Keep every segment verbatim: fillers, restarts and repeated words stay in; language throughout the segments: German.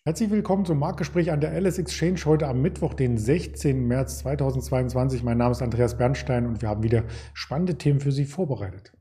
Herzlich willkommen zum Marktgespräch an der L S Exchange heute am Mittwoch, den sechzehnten März zweitausendzweiundzwanzig. Mein Name ist Andreas Bernstein und wir haben wieder spannende Themen für Sie vorbereitet.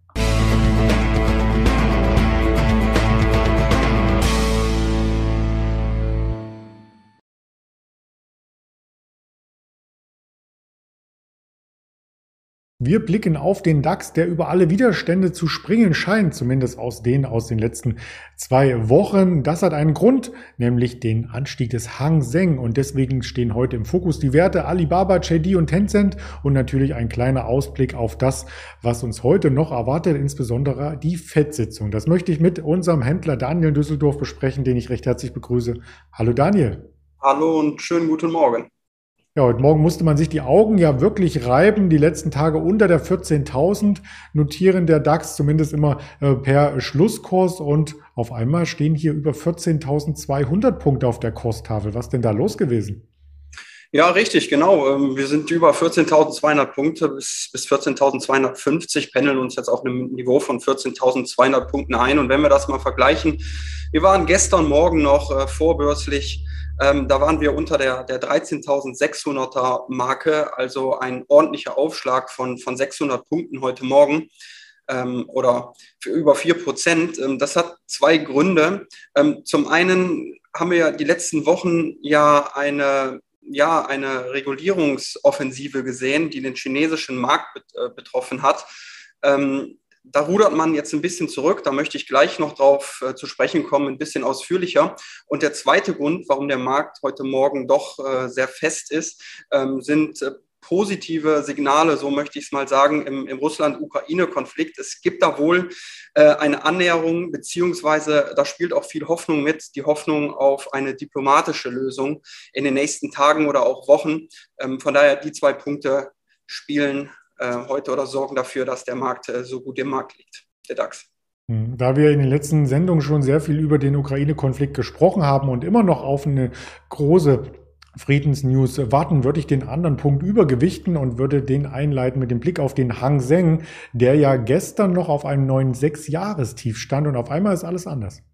Wir blicken auf den DAX, der über alle Widerstände zu springen scheint, zumindest aus denen aus den letzten zwei Wochen. Das hat einen Grund, nämlich den Anstieg des Hang Seng. Und deswegen stehen heute im Fokus die Werte Alibaba, J D und Tencent und natürlich ein kleiner Ausblick auf das, was uns heute noch erwartet, insbesondere die F E D-Sitzung. Das möchte ich mit unserem Händler Daniel in Düsseldorf besprechen, den ich recht herzlich begrüße. Hallo Daniel. Hallo und schönen guten Morgen. Ja, heute Morgen musste man sich die Augen ja wirklich reiben. Die letzten Tage unter der vierzehntausend notieren der DAX zumindest immer äh, per Schlusskurs und auf einmal stehen hier über vierzehntausendzweihundert Punkte auf der Kurstafel. Was denn da los gewesen? Ja, richtig, genau. Wir sind über vierzehntausendzweihundert Punkte bis, bis vierzehntausendzweihundertfünfzig, pendeln uns jetzt auf einem Niveau von vierzehntausendzweihundert Punkten ein. Und wenn wir das mal vergleichen, wir waren gestern Morgen noch äh, vorbörslich, ähm, da waren wir unter der, der dreizehntausendsechshunderter Marke, also ein ordentlicher Aufschlag von, von sechshundert Punkten heute Morgen. Ähm, oder für über vier Prozent. Ähm, das hat zwei Gründe. Ähm, zum einen haben wir ja die letzten Wochen ja eine ja, eine Regulierungsoffensive gesehen, die den chinesischen Markt bet äh, betroffen hat. Ähm, da rudert man jetzt ein bisschen zurück, da möchte ich gleich noch drauf äh, zu sprechen kommen, ein bisschen ausführlicher. Und der zweite Grund, warum der Markt heute Morgen doch äh, sehr fest ist, ähm, sind äh, positive Signale, so möchte ich es mal sagen, im, im Russland-Ukraine-Konflikt. Es gibt da wohl äh, eine Annäherung, beziehungsweise da spielt auch viel Hoffnung mit, die Hoffnung auf eine diplomatische Lösung in den nächsten Tagen oder auch Wochen. Ähm, von daher, die zwei Punkte spielen äh, heute oder sorgen dafür, dass der Markt äh, so gut im Markt liegt, der DAX. Da wir in den letzten Sendungen schon sehr viel über den Ukraine-Konflikt gesprochen haben und immer noch auf eine große Friedensnews warten, würde ich den anderen Punkt übergewichten und würde den einleiten mit dem Blick auf den Hang Seng, der ja gestern noch auf einem neuen Sechs-Jahres-Tief stand und auf einmal ist alles anders.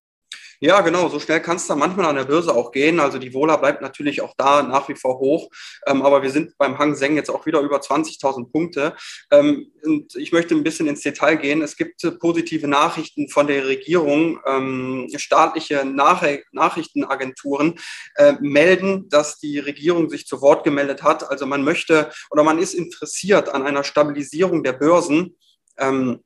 Ja, genau, so schnell kann es da manchmal an der Börse auch gehen. Also die Vola bleibt natürlich auch da nach wie vor hoch, ähm, aber wir sind beim Hang Seng jetzt auch wieder über zwanzigtausend Punkte. Ähm, und ich möchte ein bisschen ins Detail gehen. Es gibt äh, positive Nachrichten von der Regierung. Ähm, staatliche Nach Nachrichtenagenturen äh, melden, dass die Regierung sich zu Wort gemeldet hat. Also man möchte oder man ist interessiert an einer Stabilisierung der Börsen. Ähm,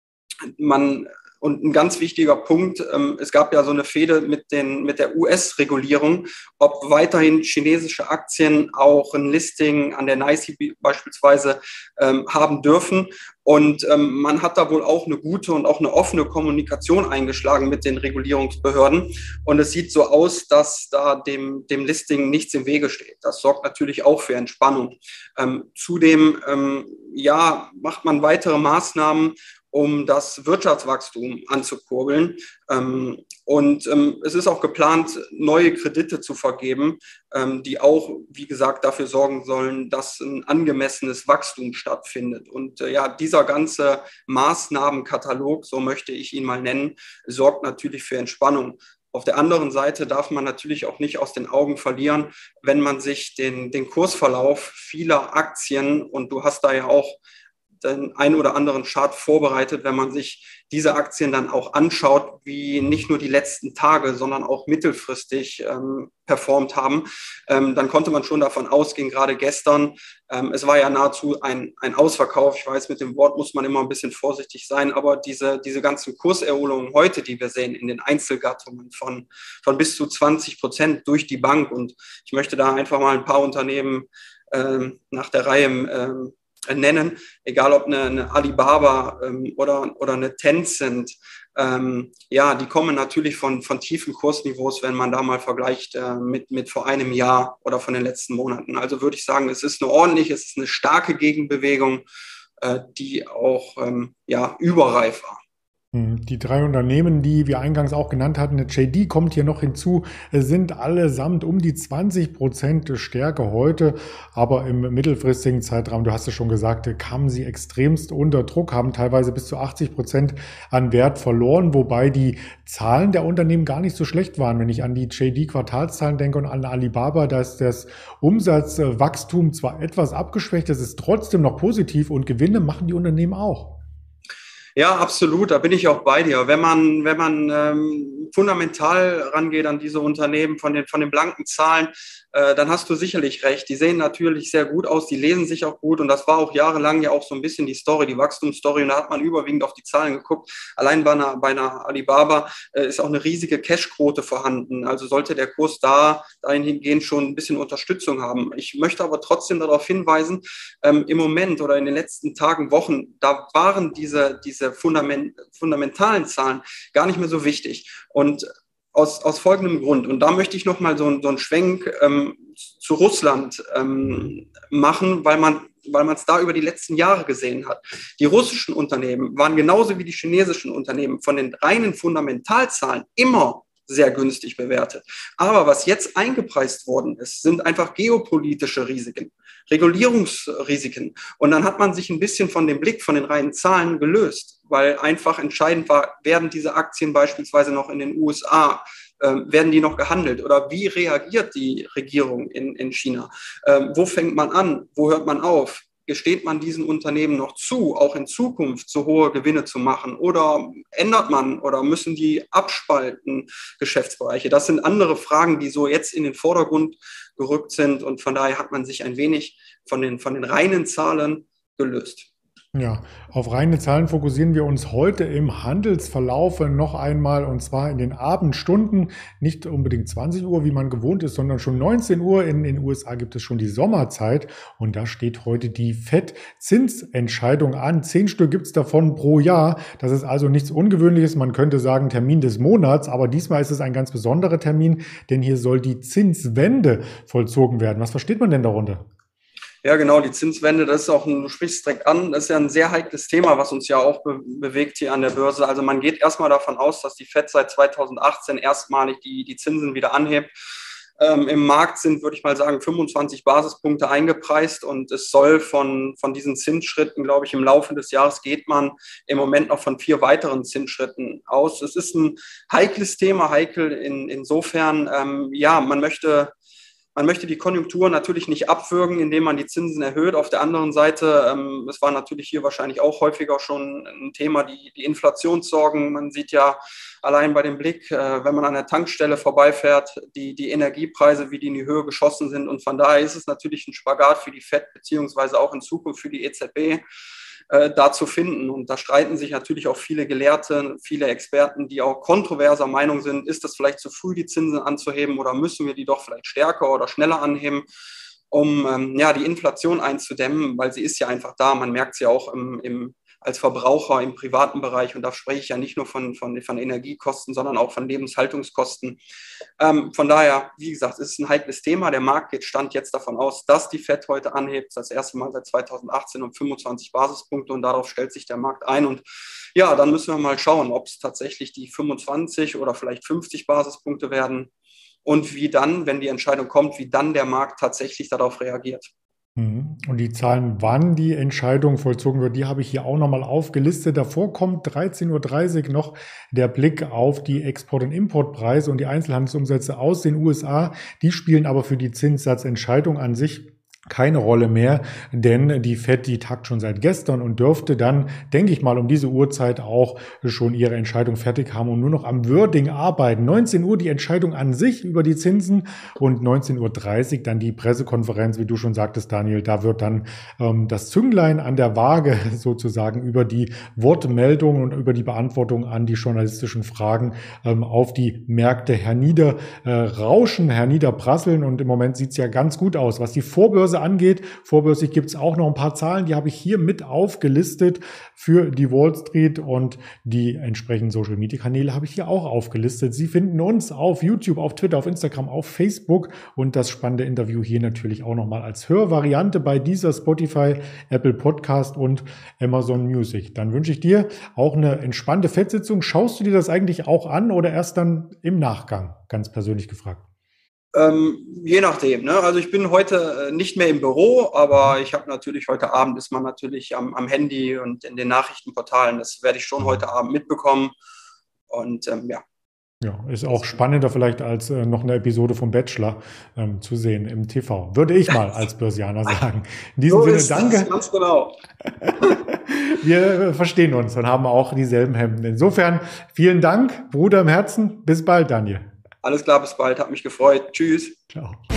man Und ein ganz wichtiger Punkt, ähm, es gab ja so eine Fehde mit, den, mit der U S-Regulierung, ob weiterhin chinesische Aktien auch ein Listing an der N Y S E beispielsweise ähm, haben dürfen. Und ähm, man hat da wohl auch eine gute und auch eine offene Kommunikation eingeschlagen mit den Regulierungsbehörden. Und es sieht so aus, dass da dem, dem Listing nichts im Wege steht. Das sorgt natürlich auch für Entspannung. Ähm, zudem ähm, ja, macht man weitere Maßnahmen, um das Wirtschaftswachstum anzukurbeln. Ähm, und ähm, es ist auch geplant, neue Kredite zu vergeben, ähm, die auch, wie gesagt, dafür sorgen sollen, dass ein angemessenes Wachstum stattfindet. Und äh, ja, dieser ganze Maßnahmenkatalog, so möchte ich ihn mal nennen, sorgt natürlich für Entspannung. Auf der anderen Seite darf man natürlich auch nicht aus den Augen verlieren, wenn man sich den, den Kursverlauf vieler Aktien, und du hast da ja auch den einen oder anderen Chart vorbereitet, wenn man sich diese Aktien dann auch anschaut, wie nicht nur die letzten Tage, sondern auch mittelfristig ähm, performt haben, ähm, dann konnte man schon davon ausgehen, gerade gestern, ähm, es war ja nahezu ein, ein Ausverkauf, ich weiß, mit dem Wort muss man immer ein bisschen vorsichtig sein, aber diese, diese ganzen Kurserholungen heute, die wir sehen in den Einzelgattungen von, von bis zu zwanzig Prozent durch die Bank, und ich möchte da einfach mal ein paar Unternehmen ähm, nach der Reihe ähm, nennen, egal ob eine, eine Alibaba ähm, oder, oder eine Tencent, ähm, ja, die kommen natürlich von, von tiefen Kursniveaus, wenn man da mal vergleicht äh, mit, mit vor einem Jahr oder von den letzten Monaten. Also würde ich sagen, es ist eine ordentliche, es ist eine starke Gegenbewegung, äh, die auch ähm, ja, überreif war. Die drei Unternehmen, die wir eingangs auch genannt hatten, J D kommt hier noch hinzu, sind allesamt um die zwanzig Prozent Stärke heute, aber im mittelfristigen Zeitraum, du hast es schon gesagt, kamen sie extremst unter Druck, haben teilweise bis zu achtzig Prozent an Wert verloren, wobei die Zahlen der Unternehmen gar nicht so schlecht waren. Wenn ich an die J D-Quartalszahlen denke und an Alibaba, da ist das Umsatzwachstum zwar etwas abgeschwächt, es ist trotzdem noch positiv und Gewinne machen die Unternehmen auch. Ja, absolut, da bin ich auch bei dir. Wenn man, wenn man ähm, fundamental rangeht an diese Unternehmen von den, von den blanken Zahlen, äh, dann hast du sicherlich recht. Die sehen natürlich sehr gut aus, die lesen sich auch gut und das war auch jahrelang ja auch so ein bisschen die Story, die Wachstumsstory und da hat man überwiegend auf die Zahlen geguckt. Allein bei einer, bei einer Alibaba äh, ist auch eine riesige Cashquote vorhanden, also sollte der Kurs da dahingehend schon ein bisschen Unterstützung haben. Ich möchte aber trotzdem darauf hinweisen, ähm, im Moment oder in den letzten Tagen, Wochen, da waren diese, diese Fundament, fundamentalen Zahlen gar nicht mehr so wichtig. Und aus, aus folgendem Grund, und da möchte ich nochmal so, so einen Schwenk ähm, zu Russland ähm, machen, weil man weil man es da über die letzten Jahre gesehen hat. Die russischen Unternehmen waren genauso wie die chinesischen Unternehmen von den reinen Fundamentalzahlen immer sehr günstig bewertet. Aber was jetzt eingepreist worden ist, sind einfach geopolitische Risiken, Regulierungsrisiken. Und dann hat man sich ein bisschen von dem Blick von den reinen Zahlen gelöst, weil einfach entscheidend war, werden diese Aktien beispielsweise noch in den U S A, äh, werden die noch gehandelt oder wie reagiert die Regierung in, in China? Ähm, wo fängt man an? Wo hört man auf? Gesteht man diesen Unternehmen noch zu, auch in Zukunft so hohe Gewinne zu machen? Oder ändert man oder müssen die abspalten, Geschäftsbereiche? Das sind andere Fragen, die so jetzt in den Vordergrund gerückt sind. Und von daher hat man sich ein wenig von den, von den reinen Zahlen gelöst. Ja, auf reine Zahlen fokussieren wir uns heute im Handelsverlauf noch einmal und zwar in den Abendstunden, nicht unbedingt zwanzig Uhr, wie man gewohnt ist, sondern schon neunzehn Uhr. In den U S A gibt es schon die Sommerzeit und da steht heute die Fed-Zinsentscheidung an. Zehn Stück gibt es davon pro Jahr. Das ist also nichts Ungewöhnliches. Man könnte sagen Termin des Monats, aber diesmal ist es ein ganz besonderer Termin, denn hier soll die Zinswende vollzogen werden. Was versteht man denn darunter? Ja, genau, die Zinswende, das ist auch ein, du sprichst es direkt an, das ist ja ein sehr heikles Thema, was uns ja auch be- bewegt hier an der Börse. Also man geht erstmal davon aus, dass die Fed seit zweitausendachtzehn erstmalig die, die Zinsen wieder anhebt. Ähm, im Markt sind, würde ich mal sagen, fünfundzwanzig Basispunkte eingepreist und es soll von, von diesen Zinsschritten, glaube ich, im Laufe des Jahres geht man im Moment noch von vier weiteren Zinsschritten aus. Es ist ein heikles Thema, heikel in, insofern, ähm, ja, man möchte Man möchte die Konjunktur natürlich nicht abwürgen, indem man die Zinsen erhöht. Auf der anderen Seite, ähm, es war natürlich hier wahrscheinlich auch häufiger schon ein Thema, die, die Inflationssorgen. Man sieht ja allein bei dem Blick, äh, wenn man an der Tankstelle vorbeifährt, die, die Energiepreise, wie die in die Höhe geschossen sind. Und von daher ist es natürlich ein Spagat für die Fed, beziehungsweise auch in Zukunft für die E Z B. Äh, da zu finden. Und da streiten sich natürlich auch viele Gelehrte, viele Experten, die auch kontroverser Meinung sind, ist es vielleicht zu früh, die Zinsen anzuheben oder müssen wir die doch vielleicht stärker oder schneller anheben, um ähm, ja, die Inflation einzudämmen, weil sie ist ja einfach da. Man merkt sie ja auch im, im als Verbraucher im privaten Bereich und da spreche ich ja nicht nur von, von, von Energiekosten, sondern auch von Lebenshaltungskosten. Ähm, von daher, wie gesagt, es ist ein heikles Thema. Der Markt geht Stand jetzt davon aus, dass die Fed heute anhebt, das erste Mal seit zweitausendachtzehn um fünfundzwanzig Basispunkte und darauf stellt sich der Markt ein und ja, dann müssen wir mal schauen, ob es tatsächlich die fünfundzwanzig oder vielleicht fünfzig Basispunkte werden und wie dann, wenn die Entscheidung kommt, wie dann der Markt tatsächlich darauf reagiert. Und die Zahlen, wann die Entscheidung vollzogen wird, die habe ich hier auch nochmal aufgelistet. Davor kommt dreizehn Uhr dreißig noch der Blick auf die Export- und Importpreise und die Einzelhandelsumsätze aus den U S A. Die spielen aber für die Zinssatzentscheidung an sich keine Rolle mehr, denn die Fed, die tagt schon seit gestern und dürfte dann, denke ich mal, um diese Uhrzeit auch schon ihre Entscheidung fertig haben und nur noch am Wording arbeiten. neunzehn Uhr die Entscheidung an sich über die Zinsen und neunzehn Uhr dreißig dann die Pressekonferenz, wie du schon sagtest, Daniel, da wird dann ähm, das Zünglein an der Waage sozusagen über die Wortmeldung und über die Beantwortung an die journalistischen Fragen ähm, auf die Märkte herniederrauschen, äh, herniederprasseln und im Moment sieht es ja ganz gut aus, was die Vorbörse Börse angeht. Vorbörslich gibt es auch noch ein paar Zahlen, die habe ich hier mit aufgelistet für die Wall Street und die entsprechenden Social-Media-Kanäle habe ich hier auch aufgelistet. Sie finden uns auf YouTube, auf Twitter, auf Instagram, auf Facebook und das spannende Interview hier natürlich auch nochmal als Hörvariante bei dieser Spotify, Apple Podcast und Amazon Music. Dann wünsche ich dir auch eine entspannte Fettsitzung. Schaust du dir das eigentlich auch an oder erst dann im Nachgang? Ganz persönlich gefragt. Ähm, je nachdem. Ne? Also ich bin heute nicht mehr im Büro, aber ich habe natürlich heute Abend ist man natürlich am, am Handy und in den Nachrichtenportalen. Das werde ich schon heute Abend mitbekommen. Und ähm, ja. Ja, ist auch spannender vielleicht als äh, noch eine Episode vom Bachelor ähm, zu sehen im T V. Würde ich mal als Börsianer sagen. In diesem so Sinne, ist danke. Das, ganz genau. Wir verstehen uns und haben auch dieselben Hemden. Insofern vielen Dank, Bruder im Herzen. Bis bald, Daniel. Alles klar, bis bald. Hat mich gefreut. Tschüss. Ciao.